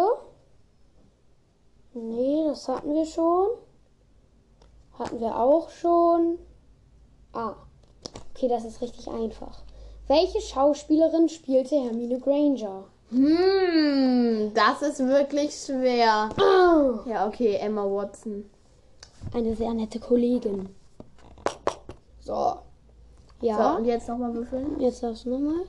Nee, das hatten wir schon. Hatten wir auch schon. Ah. Okay, das ist richtig einfach. Welche Schauspielerin spielte Hermine Granger?
Das ist wirklich schwer.
Oh.
Ja, okay, Emma Watson.
Eine sehr nette Kollegin. So. Ja.
So, und jetzt nochmal würfeln.
Jetzt darfst du nochmal.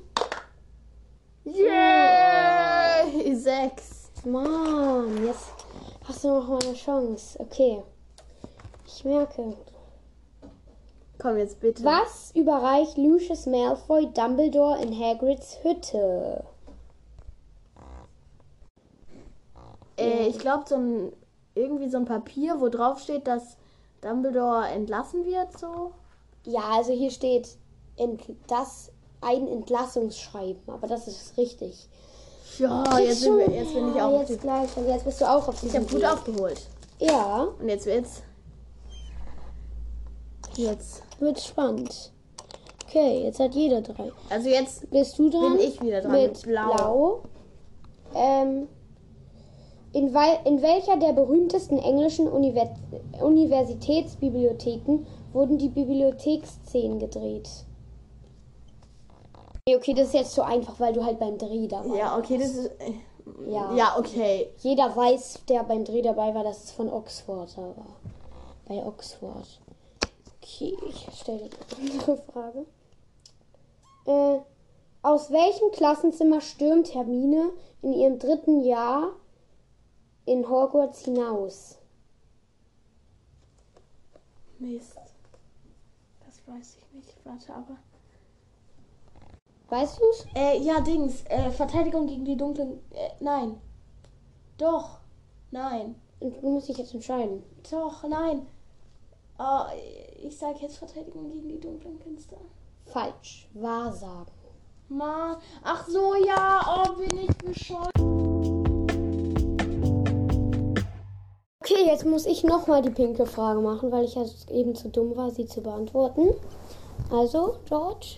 Yay! 6.
Mann, jetzt hast du noch mal eine Chance. Okay. Ich merke.
Komm jetzt bitte.
Was überreicht Lucius Malfoy Dumbledore in Hagrids Hütte?
Ich glaube, irgendwie so ein Papier, wo drauf steht, dass Dumbledore entlassen wird, so.
Ja, also hier steht ein Entlassungsschreiben, aber das ist richtig.
Ja, jetzt bin ich auch.
Jetzt gleich, und jetzt bist du auch auf
Ich
diesem
habe gut
Weg.
aufgeholt.
Ja,
Und jetzt wird's. Jetzt.
wird spannend. Okay, jetzt hat jeder 3.
Also jetzt
Bist du dran?
bin ich wieder dran
Mit
mit Blau.
In welcher der berühmtesten englischen Universitätsbibliotheken wurden die Bibliotheksszenen gedreht? Okay, das ist jetzt zu einfach, weil du halt beim Dreh dabei warst.
Ja, okay, das ist.
Ja.
Ja, okay.
Jeder weiß, der beim Dreh dabei war, dass es von Oxford war. Bei Oxford. Okay, ich stelle eine andere Frage. Aus welchem Klassenzimmer stürmt Hermine in ihrem 3. Jahr in Hogwarts hinaus?
Mist. Das weiß ich nicht. Warte, aber.
Weißt du's?
Ja, Dings. Verteidigung gegen die dunklen. Nein. Doch. Nein.
Und du musst dich jetzt entscheiden.
Doch, nein. Oh, ich sag jetzt Verteidigung gegen die dunklen Künste.
Falsch. Wahrsagen.
Mann. Ach so, ja. Oh, bin ich bescheuert.
Okay, jetzt muss ich nochmal die pinke Frage machen, weil ich ja eben zu dumm war, sie zu beantworten. Also, George.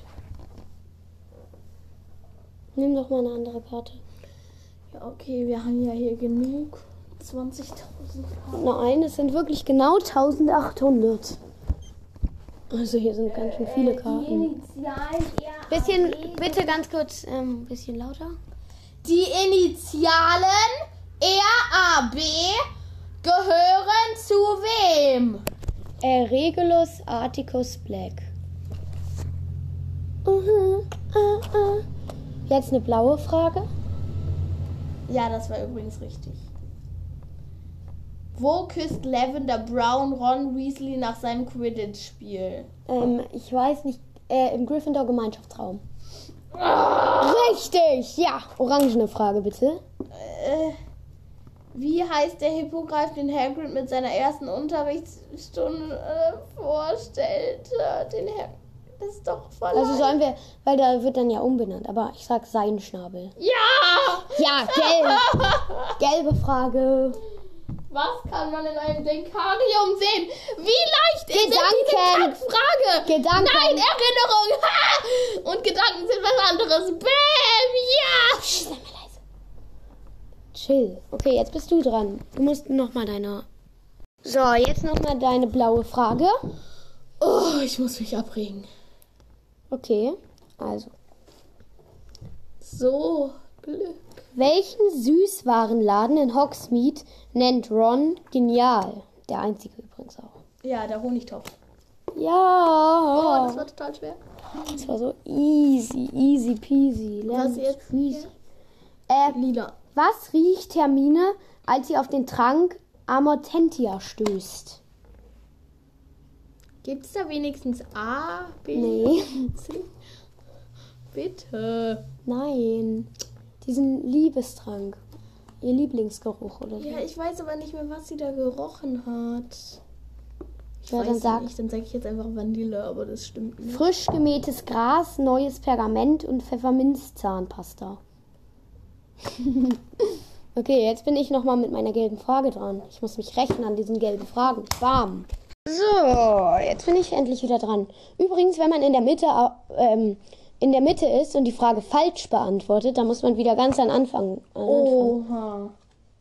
Nimm doch mal eine andere Karte.
Ja, okay, wir haben ja hier genug. 20.000.
Nein, es sind wirklich genau 1800. Also hier sind ganz schön viele Karten. Bisschen, bitte ganz kurz, bisschen lauter.
Die Initialen RAB gehören zu wem?
Regulus Articus Black. Jetzt eine blaue Frage.
Ja, das war übrigens richtig. Wo küsst Lavender Brown Ron Weasley nach seinem Quidditch-Spiel?
Ich weiß nicht, im Gryffindor Gemeinschaftsraum. Richtig, ja. Orangene Frage, bitte.
Wie heißt der Hippogreif, den Hagrid mit seiner ersten Unterrichtsstunde vorstellte? Das ist doch voll.
Also sollen wir, weil da wird dann ja umbenannt, aber ich sag Seidenschnabel.
Ja!
Ja, gelb. Gelbe Frage.
Was kann man in einem Denkarium sehen? Wie leicht ist diese
Gedanken.
Frage?
Gedanken.
Nein, Erinnerung. Ha! Und Gedanken sind was anderes. Bäm, ja!
Sei mal leise. Chill. Okay, jetzt bist du dran. Du musst nochmal deine... So, jetzt nochmal deine blaue Frage.
Oh, ich muss mich abregen.
Okay, also.
So, Glück.
Welchen Süßwarenladen in Hogsmeade nennt Ron genial? Der einzige übrigens auch.
Ja, der Honigtopf. Oh,
Ja.
das war total schwer.
Das war so easy peasy.
Was jetzt?
Easy.
Lila.
Was riecht Hermine, als sie auf den Trank Amortentia stößt?
Gibt es da wenigstens A, B,
Nee.
C? Bitte.
Nein. Diesen Liebestrank. Ihr Lieblingsgeruch oder so.
Ja, ich weiß aber nicht mehr, was sie da gerochen hat.
Ja, dann sag
ich jetzt einfach Vanille, aber das stimmt nicht.
frisch gemähtes Gras, neues Pergament und Pfefferminzzahnpasta. Okay, jetzt bin ich nochmal mit meiner gelben Frage dran. Ich muss mich rächen an diesen gelben Fragen. Bam. So, jetzt bin ich endlich wieder dran. Übrigens, wenn man in der Mitte ist und die Frage falsch beantwortet, dann muss man wieder ganz an Anfang.
Oha.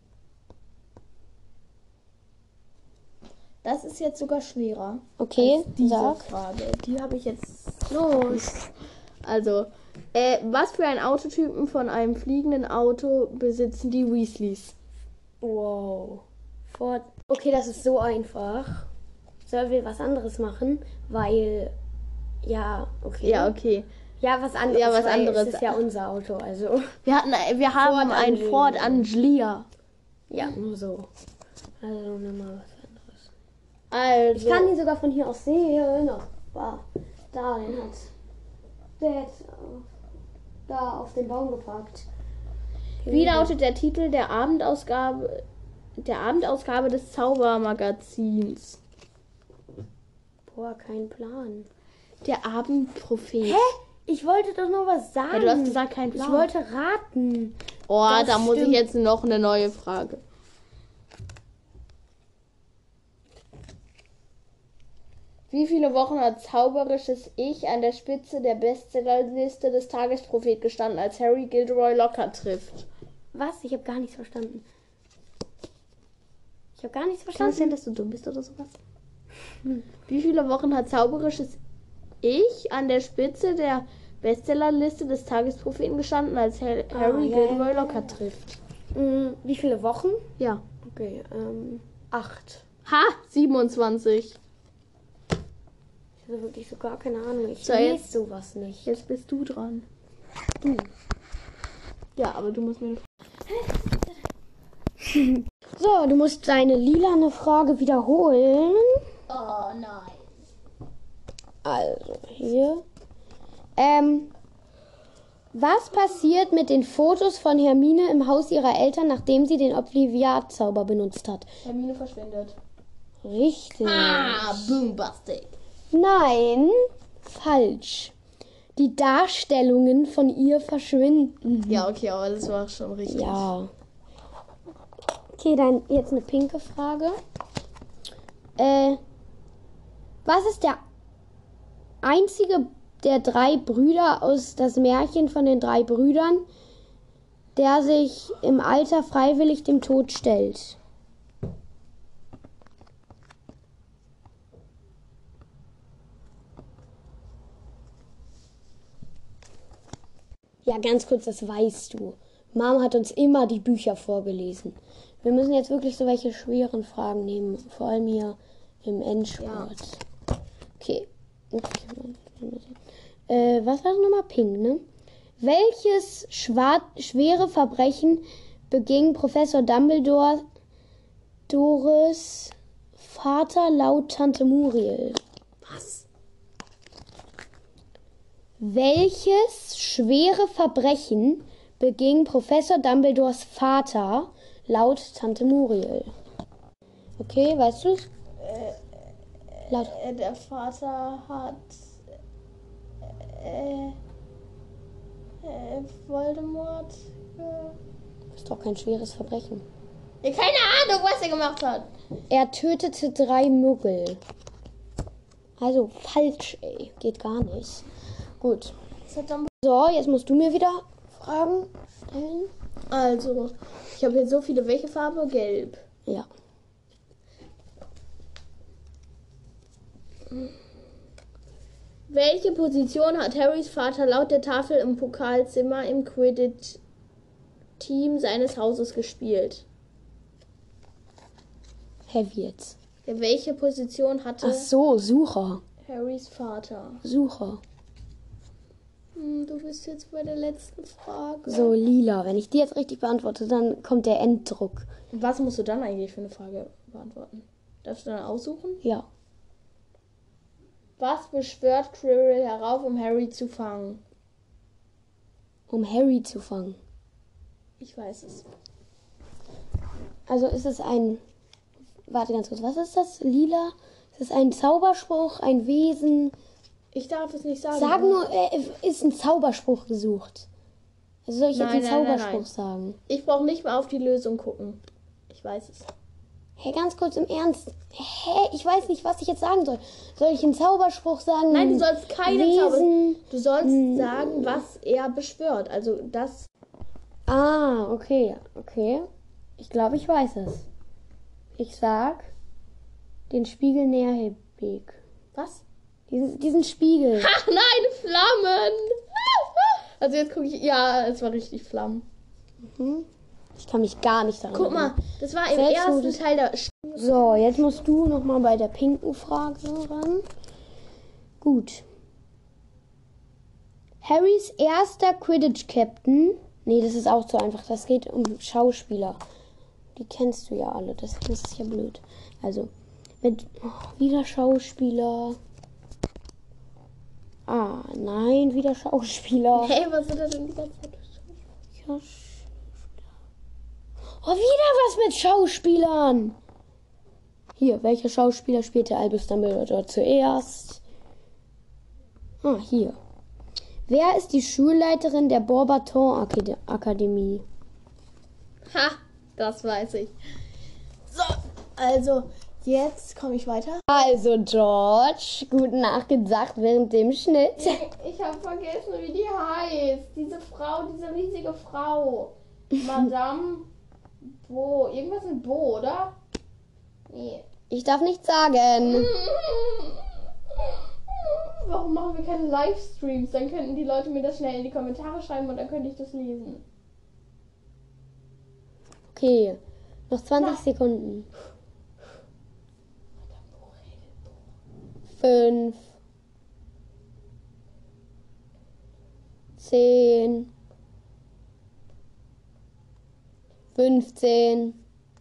Das ist jetzt sogar schwerer.
Okay,
als diese
sag.
Frage. Die habe ich jetzt los. Also, was für einen Autotypen von einem fliegenden Auto besitzen die Weasleys?
Wow. Okay, das ist so einfach. Sollen wir was anderes machen? Weil, ja, okay.
Ja, okay.
Ja, was anderes.
Ja, was
weil
anderes.
Es ist ja unser Auto, also.
Wir haben ein Ford Anglia.
Ja, nur so. Also, nimm mal was anderes.
Also,
Ich kann die sogar von hier aus sehen. Wow. Da, der hat da auf den Baum geparkt.
wie lautet der Titel der Abendausgabe des Zaubermagazins?
Boah, kein Plan.
Der Abendprophet.
Hä? Ich wollte doch nur was sagen.
Ja, du hast gesagt, kein Plan.
Ich wollte raten.
Oh,
Das
da muss ich
stimmt.
jetzt noch eine neue Frage. Wie viele Wochen hat zauberisches Ich an der Spitze der Bestsellerliste des Tagesprophet gestanden, als Harry Gilderoy Lockhart trifft?
Was? Ich habe gar nichts verstanden.
Kann es sein, dass du dumm bist oder sowas? Wie viele Wochen hat zauberisches Ich an der Spitze der Bestsellerliste des Tagespropheten gestanden, als Harry Gilderoy Lockhart trifft?
Wie viele Wochen?
Ja.
Okay, 8.
Ha! 27.
Ich habe wirklich so gar keine Ahnung. Ich
So,
lese
jetzt-
sowas nicht.
Jetzt bist du dran.
Du.
Ja, aber du musst mir...
So, du musst deine lilane Frage wiederholen.
Oh nein.
Also, hier. Was passiert mit den Fotos von Hermine im Haus ihrer Eltern, nachdem sie den Obliviatzauber benutzt hat?
Hermine verschwindet.
Richtig.
Boombastic.
Nein, falsch. Die Darstellungen von ihr verschwinden.
Ja, okay, aber das war schon richtig.
Ja. Okay, dann jetzt eine pinke Frage. Was ist der einzige der 3 Brüder aus das Märchen von den 3 Brüdern, der sich im Alter freiwillig dem Tod stellt? Ja, ganz kurz, das weißt du. Mom hat uns immer die Bücher vorgelesen. Wir müssen jetzt wirklich so welche schweren Fragen nehmen, vor allem hier im Endspurt. Okay. Was war das nochmal? Pink, ne? Welches schwere Verbrechen beging Professor Dumbledores Vater laut Tante Muriel?
Was?
Welches schwere Verbrechen beging Professor Dumbledores Vater laut Tante Muriel? Okay, weißt du's? Laut.
Der Vater hat Voldemort.
Das ist doch kein schweres Verbrechen.
Ja, keine Ahnung, was er gemacht hat.
Er tötete 3 Muggel. Also falsch, ey. Geht gar nicht. Gut.
Das hat dann
So, jetzt musst du mir wieder Fragen stellen.
also, ich habe jetzt so viele. Welche Farbe? Gelb.
Ja.
Welche Position hat Harrys Vater laut der Tafel im Pokalzimmer im Quidditch-Team seines Hauses gespielt?
Heavy jetzt.
Ja, welche Position hatte
Ach so, Sucher.
Harrys Vater?
Sucher.
Du bist jetzt bei der letzten Frage.
So, lila. Wenn ich die jetzt richtig beantworte, dann kommt der Enddruck.
Was musst du dann eigentlich für eine Frage beantworten? Darfst du dann aussuchen?
Ja.
Was beschwört Quirrell herauf, um Harry zu fangen?
Um Harry zu fangen.
Ich weiß es.
Also ist es ein... Warte ganz kurz. Was ist das? Lila? Ist
Es ist ein Zauberspruch, ein Wesen.
Ich darf es nicht sagen.
Sag nur, ist ein Zauberspruch gesucht. Also soll ich jetzt einen Zauberspruch sagen?
Ich brauche nicht mal auf die Lösung gucken. Ich weiß es.
Hey, ganz kurz im Ernst. Hey, ich weiß nicht, was ich jetzt sagen soll. Soll ich einen Zauberspruch sagen?
Nein, du sollst keine
Wesen?
Du sollst sagen, was er beschwört. Also das.
Ah, okay. Ich glaube, ich weiß es. Ich sag den Spiegel Nährbeek.
Was?
Diesen Spiegel.
Ach nein, Flammen! Also jetzt gucke ich. Ja, es war richtig Flammen.
Ich kann mich gar nicht daran
Guck mal,
erinnern.
das war im
Selbst
ersten Teil der.
So, jetzt musst du nochmal bei der pinken Frage ran. Gut. Harrys erster Quidditch-Captain. Nee, das ist auch zu einfach. Das geht um Schauspieler. Die kennst du ja alle. Das ist ja blöd. Also, wieder Schauspieler. Ah, nein, wieder Schauspieler.
Hey, was sind das denn die ganze Zeit?
Oh, wieder was mit Schauspielern. Hier, welcher Schauspieler spielte Albus Dumbledore zuerst? Ah, hier. Wer ist die Schulleiterin der Beauxbatons Akademie?
Ha, das weiß ich. So, also, jetzt komme ich weiter.
Also, George, gut nachgedacht während dem Schnitt.
Ich habe vergessen, wie die heißt. Diese Frau, diese riesige Frau. Madame Bo. Irgendwas mit Bo, oder? Nee.
Ich darf nichts sagen.
Warum machen wir keine Livestreams? Dann könnten die Leute mir das schnell in die Kommentare schreiben und dann könnte ich das lesen.
Okay, noch 20 Sekunden. 5, 10, 15,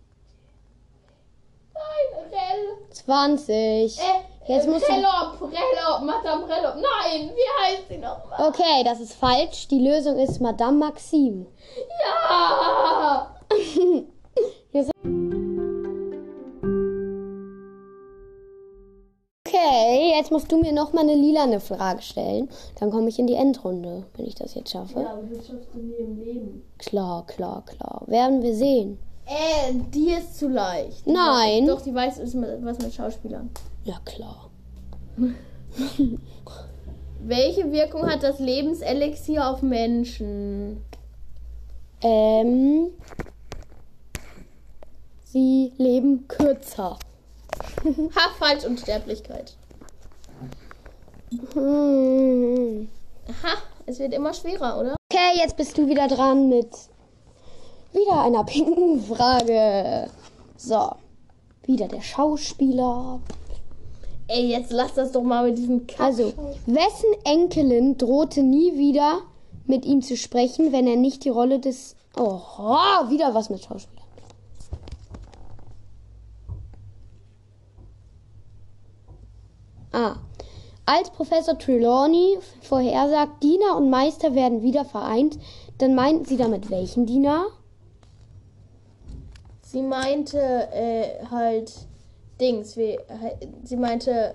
Nein, Rell.
20. Jetzt musst du...
Prellop, Madame Prellop. Nein, wie heißt sie nochmal?
Okay, das ist falsch. Die Lösung ist Madame Maxime.
Ja!
Okay, jetzt musst du mir noch mal eine lilane Frage stellen. Dann komme ich in die Endrunde, wenn ich das jetzt schaffe.
Ja, aber das schaffst du nie im Leben.
Klar. Werden wir sehen.
Die ist zu leicht.
Nein.
Doch, die weiß was mit Schauspielern.
Ja, klar.
Welche Wirkung hat das Lebenselixier auf Menschen?
Sie leben kürzer.
Ha, falsch, Unsterblichkeit. Aha, es wird immer schwerer, oder?
Okay, jetzt bist du wieder dran mit wieder einer pinken Frage. So, wieder der Schauspieler.
Ey, jetzt lass das doch mal mit diesem Kack.
Also, wessen Enkelin drohte nie wieder mit ihm zu sprechen, wenn er nicht die Rolle des... Oh, wieder was mit Schauspielern. Als Professor Trelawney vorhersagt, Diener und Meister werden wieder vereint, dann meinten sie damit welchen Diener?
Sie meinte halt Dings. Sie meinte...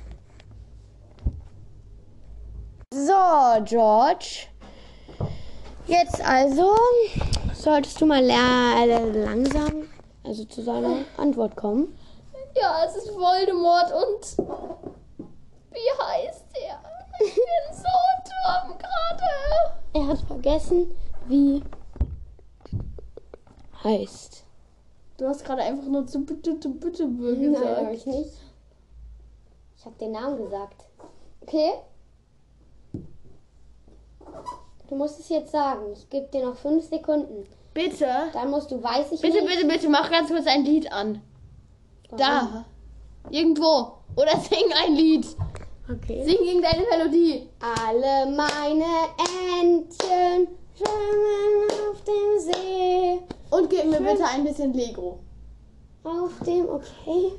So, George. Jetzt also solltest du mal langsam zu seiner Antwort kommen.
Ja, es ist Voldemort und... Wie heißt er? Ich bin so dumm gerade.
Er hat vergessen, wie heißt.
Du hast gerade einfach nur zu bitte gesagt.
Nein, habe ich nicht. Ich habe den Namen gesagt. Okay? Du musst es jetzt sagen. Ich gebe dir noch 5 Sekunden.
Bitte?
Dann musst du, weiß ich
Bitte,
nicht.
bitte, mach ganz kurz ein Lied an.
Warum?
Da. Irgendwo. Oder sing ein Lied.
Okay.
Sing irgendeine Melodie.
Alle meine Entchen schwimmen auf dem See.
Und gib mir bitte ein bisschen Lego.
Auf dem, okay.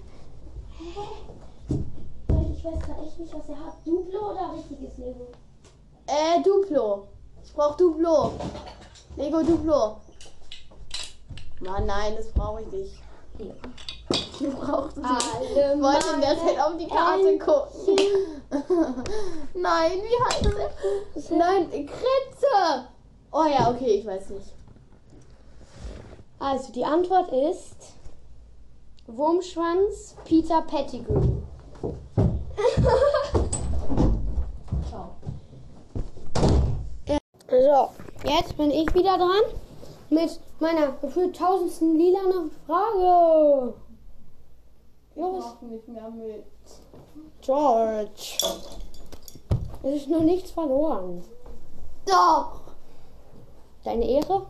Ich weiß gerade echt nicht, was er hat. Duplo oder richtiges Lego?
Duplo. Ich brauch Duplo. Lego Duplo. Mann, nein, das brauche ich nicht.
Hier.
gebraucht. Ich
Alle
wollte in der Zeit auf die Karte gucken. Nein, wie heißt es? Nein, Kretze. Oh ja, okay, ich weiß nicht.
Also die Antwort ist Wurmschwanz Peter Pettigrew.
Ciao.
So, jetzt bin ich wieder dran mit meiner gefühlt 1000. lilanen Frage.
Ich mach nicht mehr mit.
George. Es ist noch nichts verloren.
Doch.
Deine Ehre?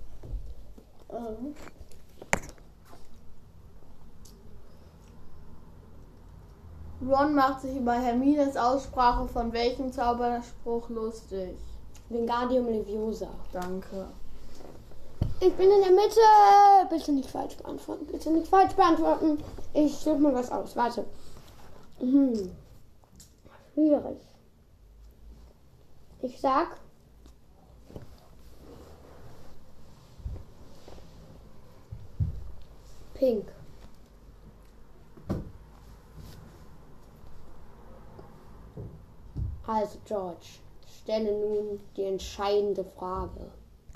Ron macht sich über Hermines Aussprache von welchem Zauberspruch lustig.
Wingardium Leviosa.
Danke.
Ich bin in der Mitte. Bitte nicht falsch beantworten. Bitte nicht falsch beantworten. Ich suche mal was aus. Warte. Schwierig. Ich sag Pink. Also George, stelle nun die entscheidende Frage.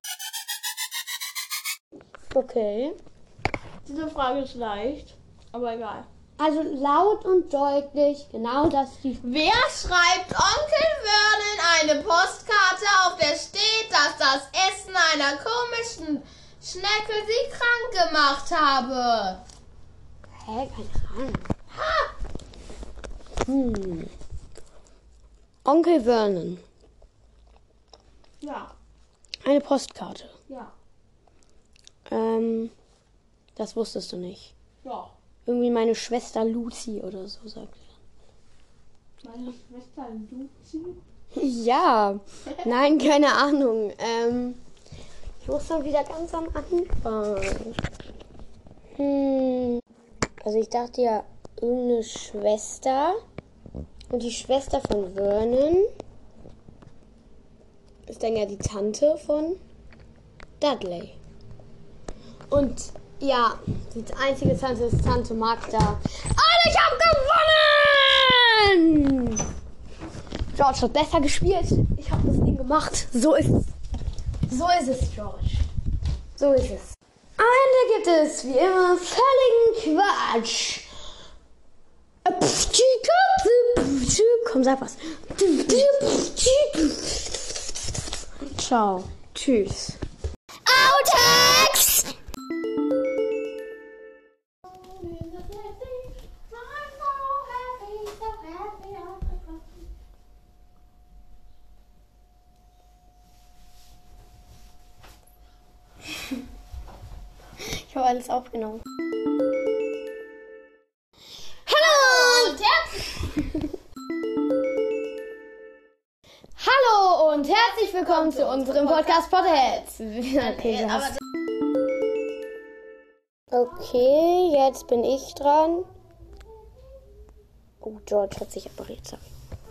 Okay.
Diese Frage ist leicht, aber egal.
Also laut und deutlich, genau das die.
Wer schreibt Onkel Vernon eine Postkarte, auf der steht, dass das Essen einer komischen Schnecke sie krank gemacht habe?
Hä? Keine Ahnung. Onkel Vernon.
Ja,
Eine Postkarte.
ja,
Das wusstest du nicht.
ja.
Irgendwie meine Schwester Lucy oder so sagt er.
Meine Schwester Lucy.
Ja. Nein, keine Ahnung. Ich muss dann wieder ganz am Anfang. Also ich dachte ja, irgendeine Schwester. Und die Schwester von Vernon ist dann ja die Tante von Dudley. Und ja, die einzige Tante ist Tante Magda. Und ich habe gewonnen! George hat besser gespielt. Ich habe das Ding gemacht. So ist es. So ist es, George. So ist es. Am Ende gibt es wie immer völligen Quatsch. Komm, sag was. Ciao. Tschüss. Outtakes! Ich habe alles aufgenommen. Hallo und herzlich willkommen zu unserem Podcast Potterheads. Okay, jetzt bin ich dran. Oh, George hat sich appariert, sorry.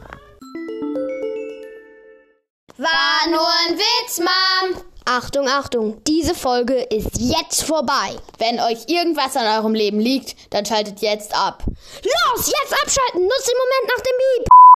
War nur ein Witz, Mom. Achtung, Achtung, diese Folge ist jetzt vorbei. Wenn euch irgendwas an eurem Leben liegt, dann schaltet jetzt ab. Los, jetzt abschalten, nutzt den Moment nach dem Beep.